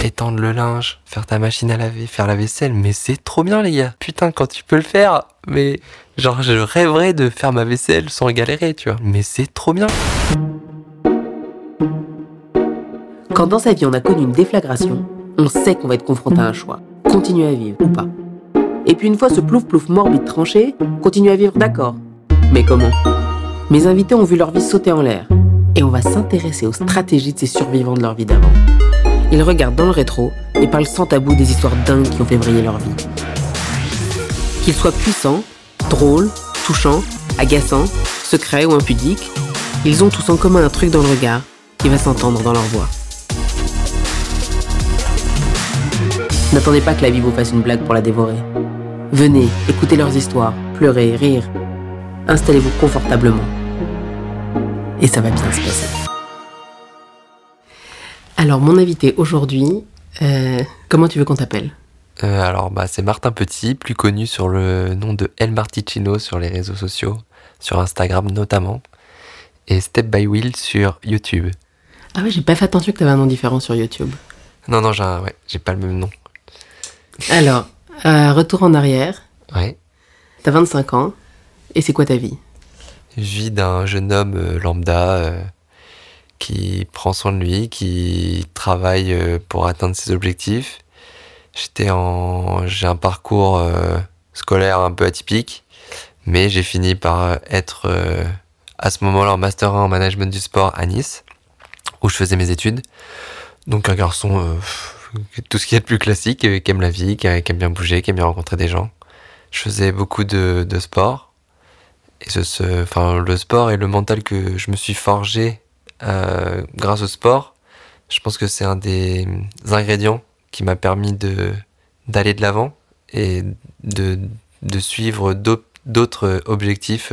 étendre le linge, faire ta machine à laver, faire la vaisselle, mais c'est trop bien les gars. Putain, quand tu peux le faire, mais genre je rêverais de faire ma vaisselle sans galérer, tu vois. Mais c'est trop bien. Quand dans sa vie on a connu une déflagration, on sait qu'on va être confronté à un choix. Continuer à vivre ou pas. Et puis une fois ce plouf-plouf morbide tranché, continuer à vivre d'accord. Mais comment ? Mes invités ont vu leur vie sauter en l'air. Et on va s'intéresser aux stratégies de ces survivants de leur vie d'avant. Ils regardent dans le rétro et parlent sans tabou des histoires dingues qui ont fait briller leur vie. Qu'ils soient puissants, drôles, touchants, agaçants, secrets ou impudiques, ils ont tous en commun un truc dans le regard qui va s'entendre dans leur voix. N'attendez pas que la vie vous fasse une blague pour la dévorer. Venez, écoutez leurs histoires, pleurez, rire. Installez-vous confortablement. Et ça va bien se passer. Alors, mon invité aujourd'hui, comment tu veux qu'on t'appelle ? Alors, c'est Martin Petit, plus connu sur le nom de El Marticino sur les réseaux sociaux, sur Instagram notamment, et Step by Will sur YouTube. Ah ouais, j'ai pas fait attention que t'avais un nom différent sur YouTube. Non, j'ai pas le même nom. Alors, retour en arrière. Ouais. T'as 25 ans, et c'est quoi ta vie ? Je vis d'un jeune homme lambda qui prend soin de lui, qui travaille pour atteindre ses objectifs. J'ai un parcours scolaire un peu atypique, mais j'ai fini par être à ce moment-là en Master 1 en management du sport à Nice, où je faisais mes études. Donc un garçon, tout ce qu'il y a de plus classique, qui aime la vie, qui aime bien bouger, qui aime bien rencontrer des gens. Je faisais beaucoup de sport. Et le sport et le mental que je me suis forgé grâce au sport, je pense que c'est un des ingrédients qui m'a permis d'aller de l'avant et de suivre d'autres objectifs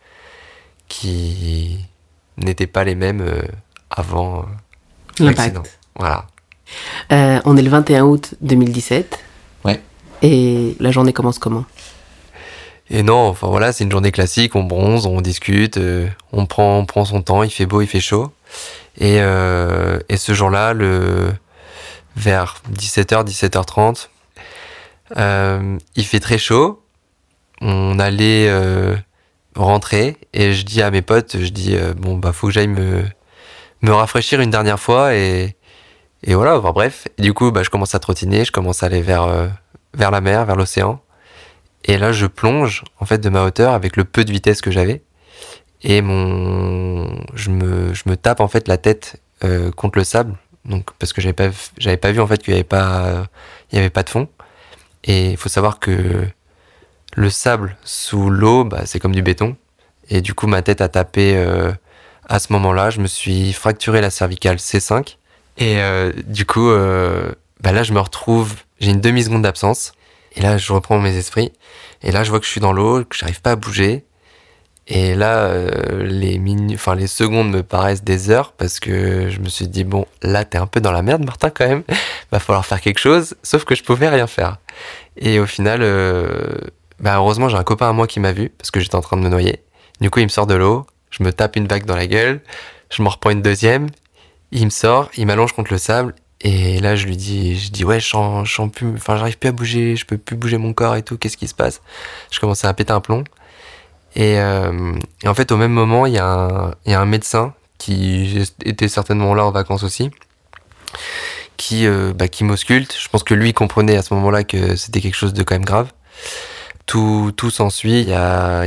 qui n'étaient pas les mêmes avant l'accident. Voilà. On est le 21 août 2017. Ouais. Et la journée commence comment ? Et non, c'est une journée classique, on bronze, on discute, on prend son temps, il fait beau, il fait chaud. Et ce jour-là, vers 17h, 17h30, il fait très chaud. On allait rentrer et je dis à mes potes, faut que j'aille me rafraîchir une dernière fois et voilà, bref. Et du coup, je commence à trottiner, je commence à aller vers la mer, vers l'océan. Et là, je plonge, en fait, de ma hauteur avec le peu de vitesse que j'avais. Et je me tape, en fait, la tête contre le sable. Donc, parce que j'avais pas vu, en fait, qu'il y avait pas de fond. Et il faut savoir que le sable sous l'eau, c'est comme du béton. Et du coup, ma tête a tapé à ce moment-là. Je me suis fracturé la cervicale C5. Et du coup, là, je me retrouve, j'ai une demi-seconde d'absence. Et là, je reprends mes esprits. Et là, je vois que je suis dans l'eau, que j'arrive pas à bouger. Et là, les secondes me paraissent des heures parce que je me suis dit, bon, là, t'es un peu dans la merde, Martin, quand même. Va falloir faire quelque chose. Sauf que je pouvais rien faire. Et au final, heureusement, j'ai un copain à moi qui m'a vu parce que j'étais en train de me noyer. Du coup, il me sort de l'eau. Je me tape une vague dans la gueule. Je m'en reprends une deuxième. Il me sort, il m'allonge contre le sable. Et là, je dis ouais, j'arrive plus à bouger, je peux plus bouger mon corps et tout, qu'est-ce qui se passe ? Je commençais à péter un plomb. Et en fait, au même moment, il y a un médecin qui était certainement là en vacances aussi, qui m'ausculte. Je pense que lui comprenait à ce moment-là que c'était quelque chose de quand même grave. Tout s'ensuit. Il y a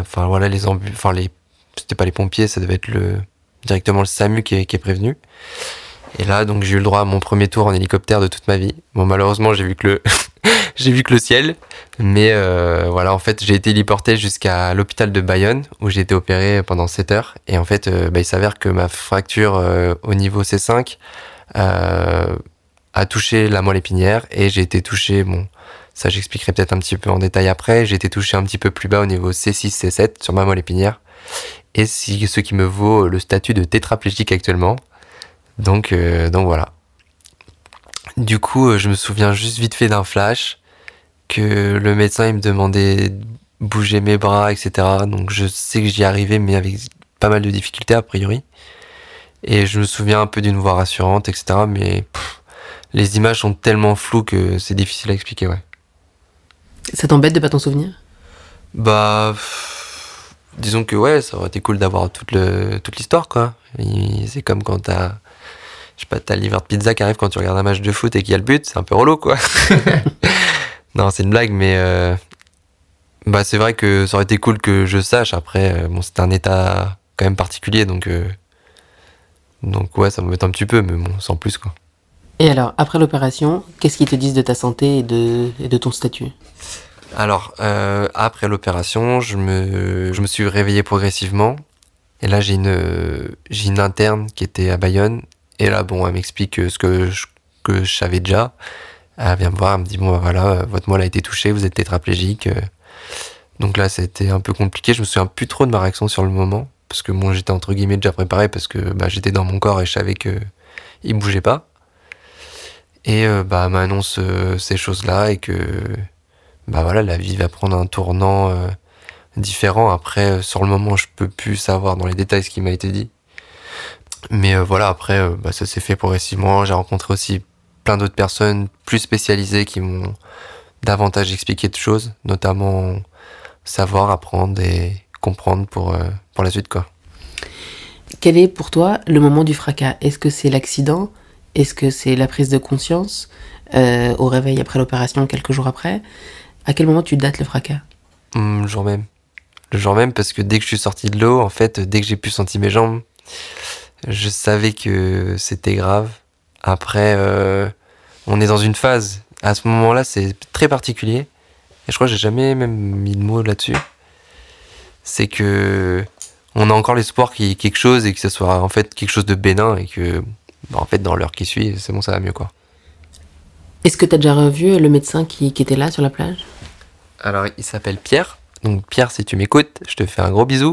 c'était pas les pompiers, ça devait être directement le SAMU qui est prévenu. Et là, donc, j'ai eu le droit à mon premier tour en hélicoptère de toute ma vie. Bon, malheureusement, j'ai vu que le ciel. Mais en fait, j'ai été héliporté jusqu'à l'hôpital de Bayonne, où j'ai été opéré pendant 7 heures. Et en fait, il s'avère que ma fracture au niveau C5 a touché la moelle épinière. Et j'ai été touché, ça j'expliquerai peut-être un petit peu en détail après, j'ai été touché un petit peu plus bas au niveau C6, C7 sur ma moelle épinière. Et ce qui me vaut le statut de tétraplégique actuellement. Donc voilà. Du coup, je me souviens juste vite fait d'un flash que le médecin il me demandait de bouger mes bras, etc. Donc je sais que j'y arrivais, mais avec pas mal de difficultés a priori. Et je me souviens un peu d'une voix rassurante, etc. Mais les images sont tellement floues que c'est difficile à expliquer, ouais. Ça t'embête de pas t'en souvenir? Bah, disons que ouais, ça aurait été cool d'avoir toute l'histoire, quoi. C'est comme quand t'as le livreur de pizza qui arrive quand tu regardes un match de foot et qu'il y a le but, c'est un peu relou, quoi. Non, c'est une blague, mais bah c'est vrai que ça aurait été cool que je sache. Après, bon, c'était un état quand même particulier, donc ouais, ça m'embête un petit peu, mais bon, sans plus, quoi. Et alors, après l'opération, qu'est-ce qu'ils te disent de ta santé et de ton statut? Alors, après l'opération, je me suis réveillé progressivement. Et là, j'ai une interne qui était à Bayonne. Et là, bon, elle m'explique que je savais déjà. Elle vient me voir, elle me dit, bon, bah voilà, votre moelle a été touchée, vous êtes tétraplégique. Donc là, c'était un peu compliqué. Je me souviens plus trop de ma réaction sur le moment. Parce que moi, j'étais entre guillemets déjà préparé parce que bah, j'étais dans mon corps et je savais qu'il bougeait pas. Et bah, elle m'annonce ces choses-là et que bah voilà, la vie va prendre un tournant différent. Après, sur le moment, je peux plus savoir dans les détails ce qui m'a été dit. Mais voilà, après, bah, ça s'est fait progressivement. J'ai rencontré aussi plein d'autres personnes plus spécialisées qui m'ont davantage expliqué de choses, notamment savoir, apprendre et comprendre pour la suite, quoi. Quel est pour toi le moment du fracas? Est-ce que c'est l'accident? Est-ce que c'est la prise de conscience au réveil après l'opération, quelques jours après? À quel moment tu dates le fracas? Le jour même. Le jour même, parce que dès que je suis sorti de l'eau, en fait, dès que j'ai pu sentir mes jambes, je savais que c'était grave. Après, on est dans une phase. À ce moment-là, c'est très particulier. Et je crois que j'ai jamais même mis de mots là-dessus. C'est que on a encore l'espoir qu'il y ait quelque chose et que ce soit en fait quelque chose de bénin et que, bah, en fait, dans l'heure qui suit, c'est bon, ça va mieux, quoi. Est-ce que tu as déjà revu le médecin qui était là sur la plage? Alors, il s'appelle Pierre. Donc, Pierre, si tu m'écoutes, je te fais un gros bisou.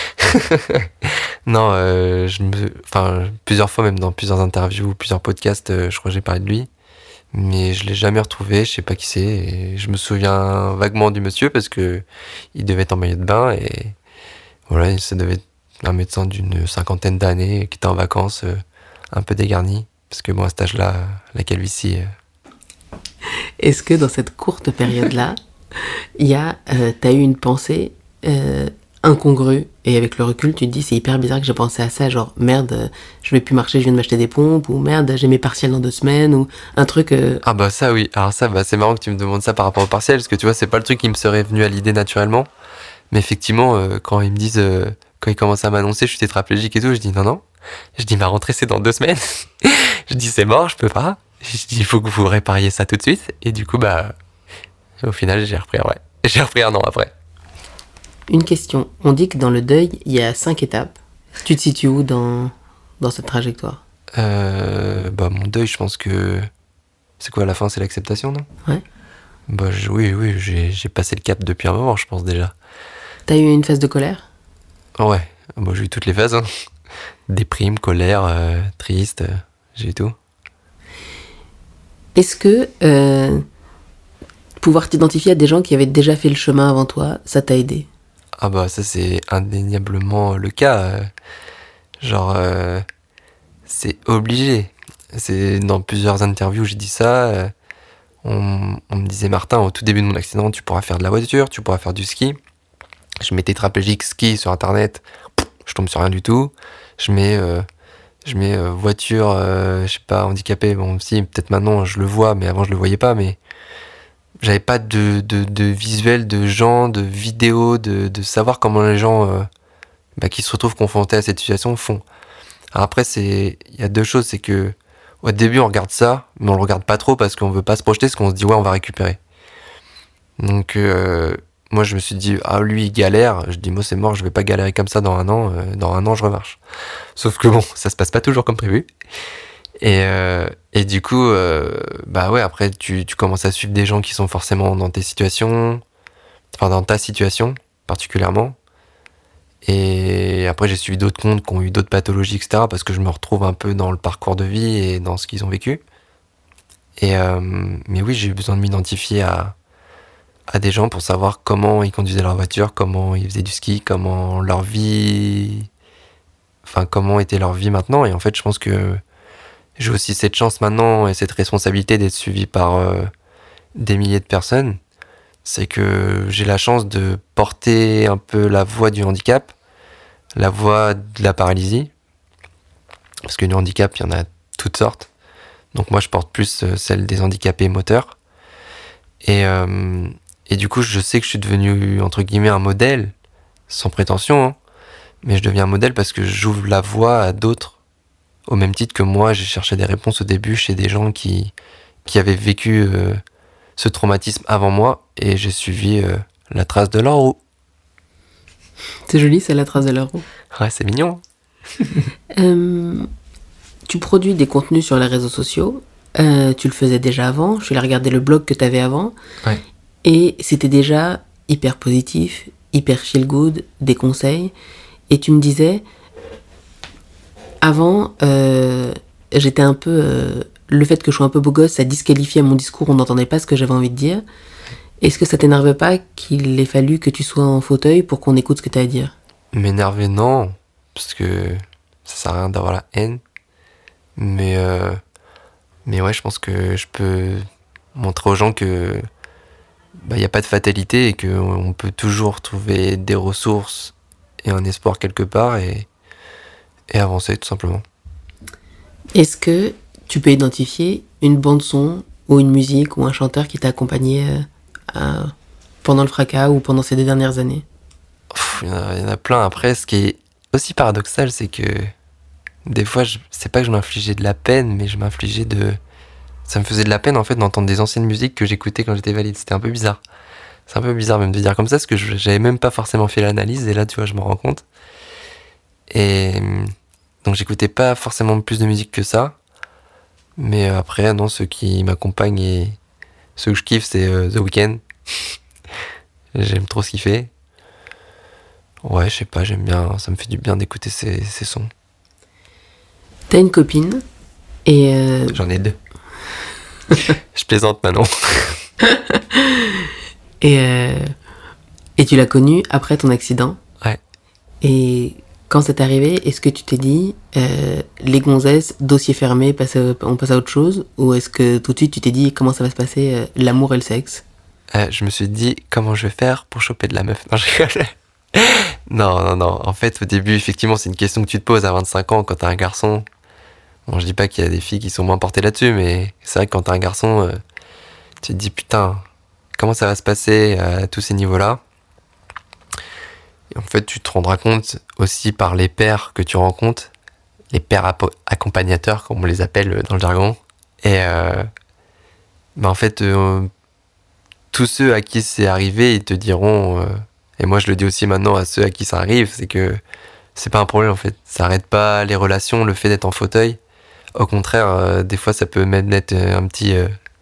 Non, plusieurs fois, même dans plusieurs interviews, plusieurs podcasts, je crois que j'ai parlé de lui. Mais je l'ai jamais retrouvé, je sais pas qui c'est. Et je me souviens vaguement du monsieur parce que il devait être en maillot de bain et voilà, ça devait être un médecin d'une 50aine d'années qui était en vacances, un peu dégarni. Parce que moi, à cet âge-là, la calvitie. Est-ce que dans cette courte période-là, t'as eu une pensée incongrue et avec le recul, tu te dis c'est hyper bizarre que j'ai pensé à ça, genre merde, je vais plus marcher, je viens de m'acheter des pompes, ou merde, j'ai mes partiels dans 2 semaines, ou un truc... Ah bah ça oui, alors ça bah, c'est marrant que tu me demandes ça par rapport au partiel, parce que tu vois c'est pas le truc qui me serait venu à l'idée naturellement, mais effectivement quand ils me disent, quand ils commencent à m'annoncer je suis tétraplégique et tout, je dis non, je dis ma rentrée c'est dans 2 semaines, je dis c'est mort, je peux pas, je dis il faut que vous répariez ça tout de suite, et du coup bah au final j'ai repris un an après. Une question, on dit que dans le deuil, il y a 5 étapes. Tu te situes où dans cette trajectoire? Bah mon deuil je pense que... C'est quoi, à la fin, c'est l'acceptation, non? Ouais. Bah oui, j'ai passé le cap depuis un moment, je pense déjà. T'as eu une phase de colère? Ouais, bah, j'ai eu toutes les phases, hein. Déprime, colère, triste, j'ai eu tout. Est-ce que pouvoir t'identifier à des gens qui avaient déjà fait le chemin avant toi, ça t'a aidé? Ah bah ça c'est indéniablement le cas. C'est obligé. C'est dans plusieurs interviews j'ai dit ça. On me disait Martin, au tout début de mon accident, tu pourras faire de la voiture, tu pourras faire du ski. Je mets tétraplégique ski sur internet, je tombe sur rien du tout. Je mets voiture, je sais pas, handicapé. Bon si, peut-être maintenant je le vois, mais avant je le voyais pas. Mais j'avais pas de visuel de gens, de vidéos, de savoir comment les gens qui se retrouvent confrontés à cette situation font. Alors après, il y a deux choses, c'est que au début on regarde ça, mais on le regarde pas trop parce qu'on veut pas se projeter, parce qu'on se dit ouais on va récupérer. Donc moi je me suis dit ah lui il galère, je dis moi c'est mort, je vais pas galérer comme ça dans un an je remarche. Sauf que bon, ça se passe pas toujours comme prévu. Et du coup, bah ouais, après tu commences à suivre des gens qui sont forcément dans tes situations, enfin dans ta situation particulièrement. Et après j'ai suivi d'autres comptes qui ont eu d'autres pathologies, etc. parce que je me retrouve un peu dans le parcours de vie et dans ce qu'ils ont vécu. Mais oui, j'ai eu besoin de m'identifier à des gens pour savoir comment ils conduisaient leur voiture, comment ils faisaient du ski, comment leur vie... Enfin, comment était leur vie maintenant. Et en fait, je pense que j'ai aussi cette chance maintenant et cette responsabilité d'être suivi par des milliers de personnes. C'est que j'ai la chance de porter un peu la voix du handicap, la voix de la paralysie. Parce que du handicap, il y en a toutes sortes. Donc moi, je porte plus celle des handicapés moteurs. Et du coup, je sais que je suis devenu, entre guillemets, un modèle, sans prétention, hein, mais je deviens un modèle parce que j'ouvre la voie à d'autres. Au même titre que moi, j'ai cherché des réponses au début chez des gens qui avaient vécu ce traumatisme avant moi, et j'ai suivi la trace de leur roue. C'est joli, c'est la trace de leur roue. Ouais, c'est mignon. Tu produis des contenus sur les réseaux sociaux. Tu le faisais déjà avant. Je suis allée regarder le blog que tu avais avant. Ouais. Et c'était déjà hyper positif, hyper feel good, des conseils. Et tu me disais, avant, j'étais un peu... le fait que je sois un peu beau gosse, ça disqualifiait mon discours, on n'entendait pas ce que j'avais envie de dire. Est-ce que ça t'énervait pas qu'il ait fallu que tu sois en fauteuil pour qu'on écoute ce que tu as à dire ? M'énerver, non, parce que ça sert à rien d'avoir la haine. Mais ouais, je pense que je peux montrer aux gens que y a pas de fatalité et qu'on peut toujours trouver des ressources et un espoir quelque part et avancer tout simplement. Est-ce que tu peux identifier une bande-son ou une musique ou un chanteur qui t'a accompagné pendant le fracas ou pendant ces 2 dernières années ? Il y en a plein. Après, ce qui est aussi paradoxal, c'est que des fois, c'est pas que je m'infligeais de la peine, mais ça me faisait de la peine en fait d'entendre des anciennes musiques que j'écoutais quand j'étais valide. C'était un peu bizarre. C'est un peu bizarre même de dire comme ça, parce que j'avais même pas forcément fait l'analyse, et là, tu vois, je m'en rends compte. Et donc, j'écoutais pas forcément plus de musique que ça. Mais après, non, ceux qui m'accompagnent et ceux que je kiffe, c'est The Weeknd. J'aime trop ce qu'il fait. Ouais, je sais pas, j'aime bien, ça me fait du bien d'écouter ces sons. T'as une copine et... J'en ai 2. Je plaisante maintenant. Et tu l'as connue après ton accident. Ouais. Et quand c'est arrivé, est-ce que tu t'es dit, les gonzesses, dossier fermé, on passe à autre chose ? Ou est-ce que tout de suite tu t'es dit, comment ça va se passer, l'amour et le sexe ? Je me suis dit, comment je vais faire pour choper de la meuf ? Non, je rigole. Non. En fait, au début, effectivement, c'est une question que tu te poses à 25 ans quand t'es un garçon. Bon, je dis pas qu'il y a des filles qui sont moins portées là-dessus, mais c'est vrai que quand t'es un garçon, tu te dis, putain, comment ça va se passer à tous ces niveaux-là ? Et en fait, tu te rendras compte aussi par les pairs que tu rencontres, les pairs accompagnateurs, comme on les appelle dans le jargon. Et en fait, tous ceux à qui c'est arrivé, ils te diront, et moi je le dis aussi maintenant à ceux à qui ça arrive, c'est que c'est pas un problème en fait. Ça arrête pas les relations, le fait d'être en fauteuil. Au contraire, des fois ça peut même être un petit,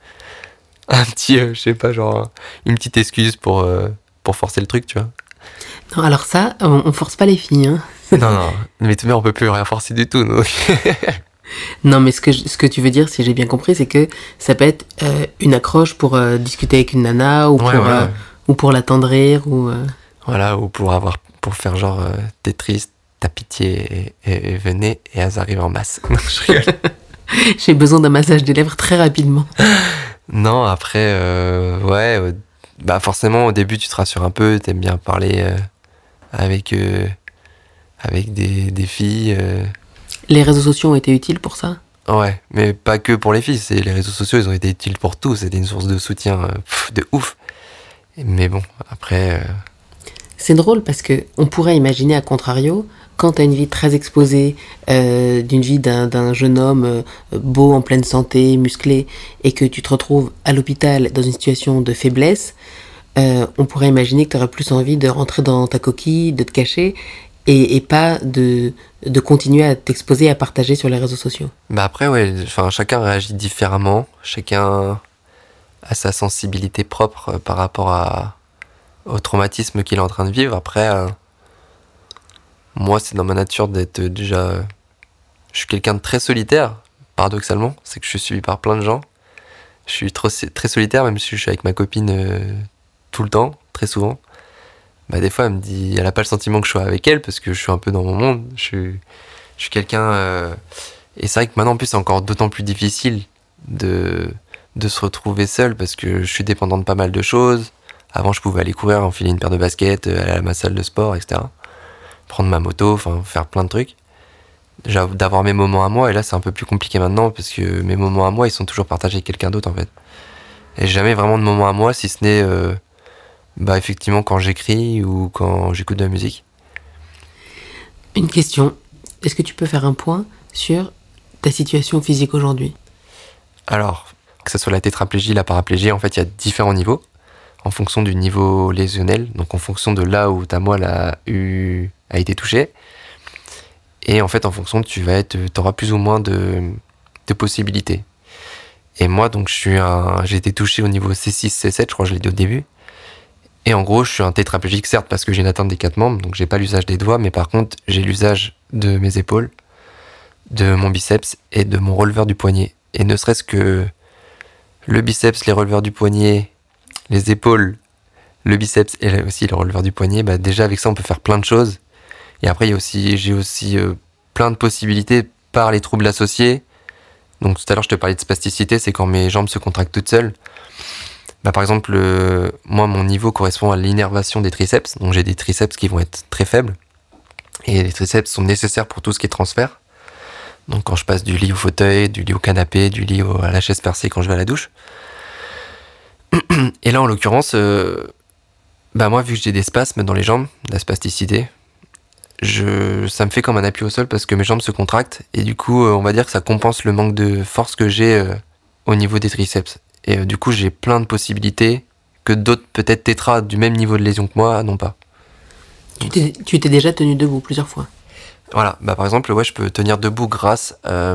je sais pas, genre une petite excuse pour forcer le truc, tu vois. Non, alors ça, on force pas les filles, hein. Non, mais on peut plus rien forcer du tout, nous. Non, mais ce que tu veux dire, si j'ai bien compris, c'est que ça peut être une accroche pour discuter avec une nana ou ou pour l'attendrir ou... Voilà, ou pour faire genre t'es triste, t'as pitié et venez, et elles arrivent en masse. Non, je rigole. J'ai besoin d'un massage des lèvres très rapidement. Non, après, forcément au début tu te rassures un peu, t'aimes bien parler avec des filles. Les réseaux sociaux ont été utiles pour ça ? Ouais, mais pas que pour les filles, les réseaux sociaux, ils ont été utiles pour tout, c'était une source de soutien de ouf. Mais bon, après... C'est drôle parce que on pourrait imaginer, à contrario, quand tu as une vie très exposée, d'une vie d'un jeune homme beau, en pleine santé, musclé, et que tu te retrouves à l'hôpital dans une situation de faiblesse, on pourrait imaginer que tu aurais plus envie de rentrer dans ta coquille, de te cacher, et pas de continuer à t'exposer, à partager sur les réseaux sociaux. Après, ouais, chacun réagit différemment, chacun a sa sensibilité propre par rapport au traumatisme qu'il est en train de vivre. Après, moi, c'est dans ma nature d'être déjà... Je suis quelqu'un de très solitaire, paradoxalement. C'est que je suis suivi par plein de gens. Je suis très solitaire, même si je suis avec ma copine tout le temps, très souvent. Des fois, elle a pas le sentiment que je sois avec elle, parce que je suis un peu dans mon monde. Je suis quelqu'un... Et c'est vrai que maintenant, en plus, c'est encore d'autant plus difficile de se retrouver seul parce que je suis dépendant de pas mal de choses. Avant, je pouvais aller courir, enfiler une paire de baskets, aller à ma salle de sport, etc. Prendre ma moto, enfin, faire plein de trucs. Déjà, d'avoir mes moments à moi, et là, c'est un peu plus compliqué maintenant parce que mes moments à moi, ils sont toujours partagés avec quelqu'un d'autre, en fait. Et j'ai jamais vraiment de moments à moi, si ce n'est, effectivement, quand j'écris ou quand j'écoute de la musique. Une question. Est-ce que tu peux faire un point sur ta situation physique aujourd'hui ? Alors, que ce soit la tétraplégie, la paraplégie, en fait, il y a différents niveaux en fonction du niveau lésionnel, donc en fonction de là où ta moelle a été touchée. Et en fait, en fonction, tu auras plus ou moins de possibilités. Et moi, donc, j'ai été touché au niveau C6, C7, je crois que je l'ai dit au début. Et en gros, je suis un tétraplégique, certes, parce que j'ai une atteinte des 4 membres, donc j'ai pas l'usage des doigts, mais par contre, j'ai l'usage de mes épaules, de mon biceps et de mon releveur du poignet. Et ne serait-ce que le biceps, les releveurs du poignet, les épaules, le biceps et aussi le releveur du poignet, déjà avec ça, on peut faire plein de choses. Et après, j'ai aussi plein de possibilités par les troubles associés. Donc tout à l'heure, je te parlais de spasticité, c'est quand mes jambes se contractent toutes seules. Par exemple, moi, mon niveau correspond à l'innervation des triceps. Donc j'ai des triceps qui vont être très faibles. Et les triceps sont nécessaires pour tout ce qui est transfert. Donc quand je passe du lit au fauteuil, du lit au canapé, du lit à la chaise percée quand je vais à la douche. Et là, en l'occurrence, moi, vu que j'ai des spasmes dans les jambes, de la spasticité, ça me fait comme un appui au sol parce que mes jambes se contractent. Et du coup, on va dire que ça compense le manque de force que j'ai au niveau des triceps. Et du coup, j'ai plein de possibilités que d'autres, peut-être tétras du même niveau de lésion que moi, n'ont pas. Tu t'es déjà tenu debout plusieurs fois. Voilà, par exemple, ouais, je peux tenir debout grâce à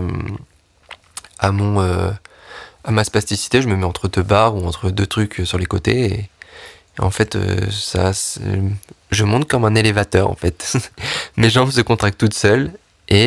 ma spasticité. Je me mets entre 2 barres ou entre 2 trucs sur les côtés et en fait, je monte comme un élévateur, en fait. Mes jambes se contractent toutes seules et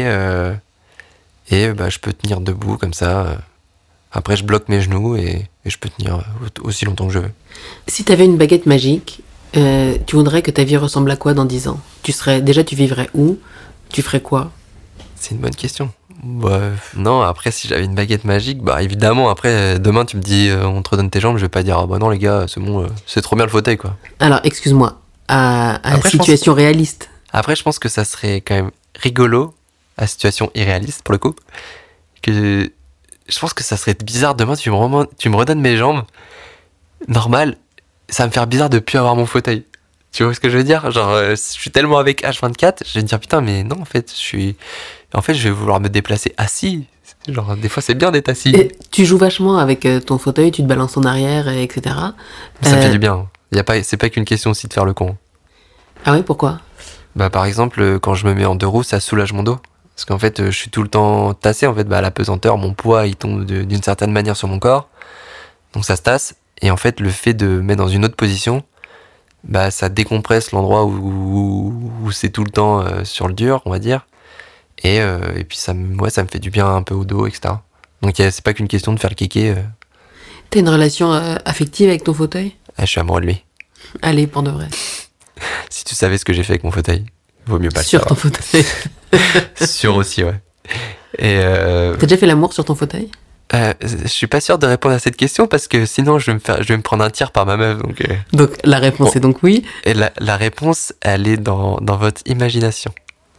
je peux tenir debout comme ça. Après, je bloque mes genoux et je peux tenir aussi longtemps que je veux. Si tu avais une baguette magique, tu voudrais que ta vie ressemble à quoi dans 10 ans ? Tu vivrais où ? Tu ferais quoi ? C'est une bonne question. Non, après, si j'avais une baguette magique, évidemment, après, demain, tu me dis, on te redonne tes jambes, je vais pas dire, non, les gars, c'est bon, c'est trop bien le fauteuil, quoi. Alors, excuse-moi, après, situation réaliste. Après, je pense que ça serait quand même rigolo, à situation irréaliste, pour le coup, que je pense que ça serait bizarre, demain, tu me redonnes mes jambes, normal, ça va me faire bizarre de plus avoir mon fauteuil. Tu vois ce que je veux dire ? Genre, je suis tellement avec H24, je vais me dire, putain, mais non, en fait, je vais vouloir me déplacer assis. Genre, des fois, c'est bien d'être assis. Et tu joues vachement avec ton fauteuil, tu te balances en arrière, etc. Ça me fait du bien. C'est pas qu'une question aussi de faire le con. Ah ouais, pourquoi ? Par exemple, quand je me mets en 2 roues, ça soulage mon dos. Parce qu'en fait, je suis tout le temps tassé. En fait, la pesanteur, mon poids, il tombe d'une certaine manière sur mon corps. Donc ça se tasse. Et en fait, le fait de me mettre dans une autre position, ça décompresse l'endroit où c'est tout le temps sur le dur, on va dire. Et puis ça me fait du bien un peu au dos, etc. Donc c'est pas qu'une question de faire le kéké. T'as une relation affective avec ton fauteuil ? Je suis amoureux de lui. Allez, pour de vrai. Si tu savais ce que j'ai fait avec mon fauteuil, vaut mieux pas le Sur savoir. ton fauteuil. Sur aussi, ouais. Et T'as déjà fait l'amour sur ton fauteuil ? Je suis pas sûr de répondre à cette question parce que sinon je vais me prendre un tir par ma meuf. Donc la réponse est donc oui. Et la réponse, elle est dans votre imagination.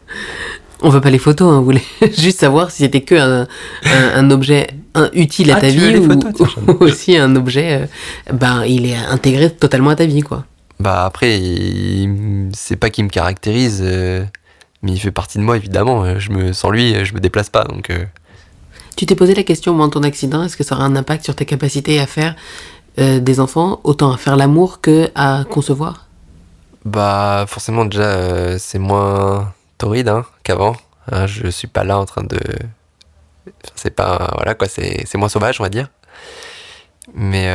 On veut pas les photos, hein, vous voulez juste savoir si c'était que un objet utile à ta vie ou aussi un objet, il est intégré totalement à ta vie, quoi. Après, c'est pas qu'il me caractérise, mais il fait partie de moi, évidemment. Sans lui, je me déplace pas, donc... Tu t'es posé la question, avant ton accident, est-ce que ça aura un impact sur tes capacités à faire des enfants, autant à faire l'amour que à concevoir ? Forcément, déjà, c'est moins torride qu'avant. Je suis pas là en train de... C'est pas... Voilà, quoi, c'est moins sauvage, on va dire. Mais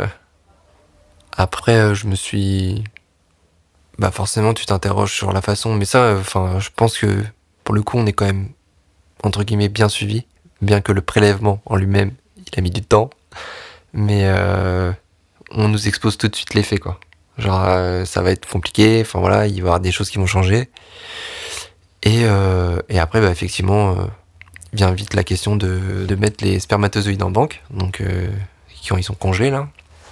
après, je me suis... forcément, tu t'interroges sur la façon. Mais ça, je pense que, pour le coup, on est quand même, entre guillemets, bien suivi. Bien que le prélèvement en lui-même, il a mis du temps. Mais on nous expose tout de suite les faits, quoi. Genre, ça va être compliqué. Il va y avoir des choses qui vont changer. Et après, effectivement, vient vite la question de mettre les spermatozoïdes en banque, donc quand ils sont congelés là.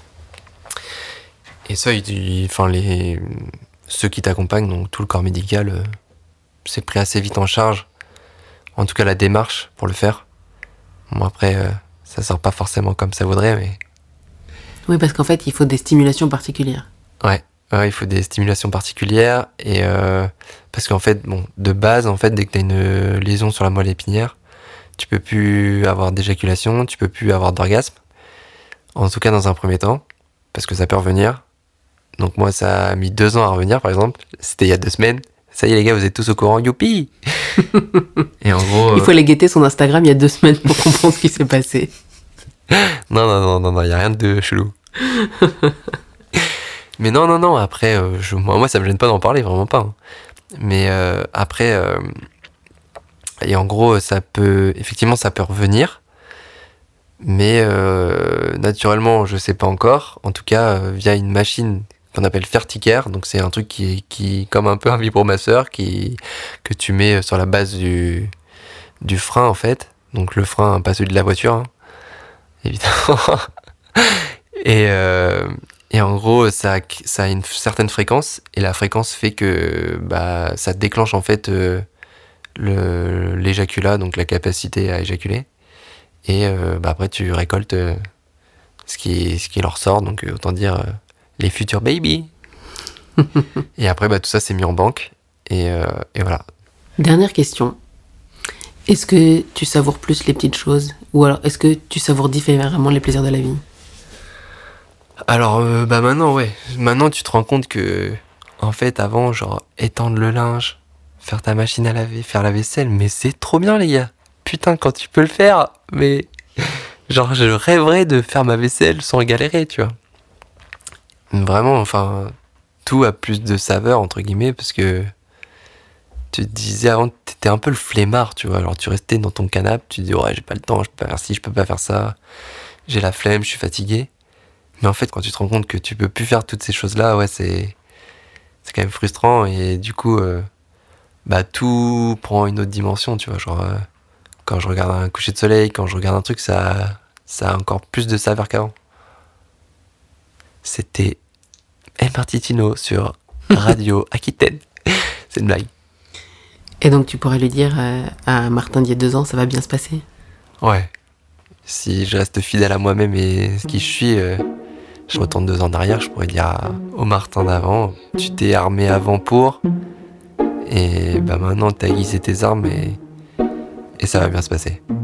Et ça, ceux qui t'accompagnent, donc tout le corps médical, c'est pris assez vite en charge. En tout cas, la démarche pour le faire. Bon, après, ça sort pas forcément comme ça voudrait, mais... Oui, parce qu'en fait, il faut des stimulations particulières. Ouais, il faut des stimulations particulières. Et parce qu'en fait, de base, en fait, dès que tu as une lésion sur la moelle épinière, tu peux plus avoir d'éjaculation, tu peux plus avoir d'orgasme. En tout cas, dans un premier temps, parce que ça peut revenir. Donc moi, ça a mis 2 ans à revenir, par exemple. C'était il y a 2 semaines. Ça y est, les gars, vous êtes tous au courant, youpi. Et en gros... Il faut aller guetter son Instagram il y a 2 semaines pour comprendre ce qui s'est passé. Non, il n'y a rien de chelou. Mais non, après, moi, ça me gêne pas d'en parler, vraiment pas. Hein. Mais après, et en gros, effectivement, ça peut revenir. Mais naturellement, je sais pas encore. En tout cas, via une machine qu'on appelle Ferticare. Donc c'est un truc qui comme un peu un vibromasseur que tu mets sur la base du frein en fait. Donc le frein, pas celui de la voiture, hein, évidemment. Et en gros, ça a une certaine fréquence. Et la fréquence fait que ça déclenche en fait l'éjaculat, donc la capacité à éjaculer. Et après, tu récoltes ce qui leur sort, donc autant dire les futurs baby. Et après, tout ça, c'est mis en banque. Et voilà. Dernière question. Est-ce que tu savoures plus les petites choses? Ou alors, est-ce que tu savoures différemment les plaisirs de la vie? Alors, maintenant, ouais. Maintenant, tu te rends compte que, en fait, avant, genre, étendre le linge, faire ta machine à laver, faire la vaisselle, mais c'est trop bien, les gars. Putain, quand tu peux le faire, mais genre je rêverais de faire ma vaisselle sans galérer, tu vois. Vraiment, enfin, tout a plus de saveur, entre guillemets, parce que tu te disais avant, t'étais un peu le flemmard, tu vois. Alors tu restais dans ton canapé, tu te dis, ouais, j'ai pas le temps, je peux pas faire ci, je peux pas faire ça, j'ai la flemme, je suis fatigué. Mais en fait, quand tu te rends compte que tu peux plus faire toutes ces choses-là, ouais, c'est quand même frustrant, et du coup, tout prend une autre dimension, tu vois, genre... quand je regarde un coucher de soleil, quand je regarde un truc, ça a encore plus de saveur qu'avant. C'était El Martitino sur Radio Aquitaine. C'est une blague. Et donc tu pourrais lui dire à Martin d'il y a 2 ans, ça va bien se passer? Ouais. Si je reste fidèle à moi-même et ce qui je suis, je retourne 2 ans en arrière, je pourrais dire au Martin d'avant, tu t'es armé avant pour, et maintenant t'as aiguisé tes armes et ça va bien se passer.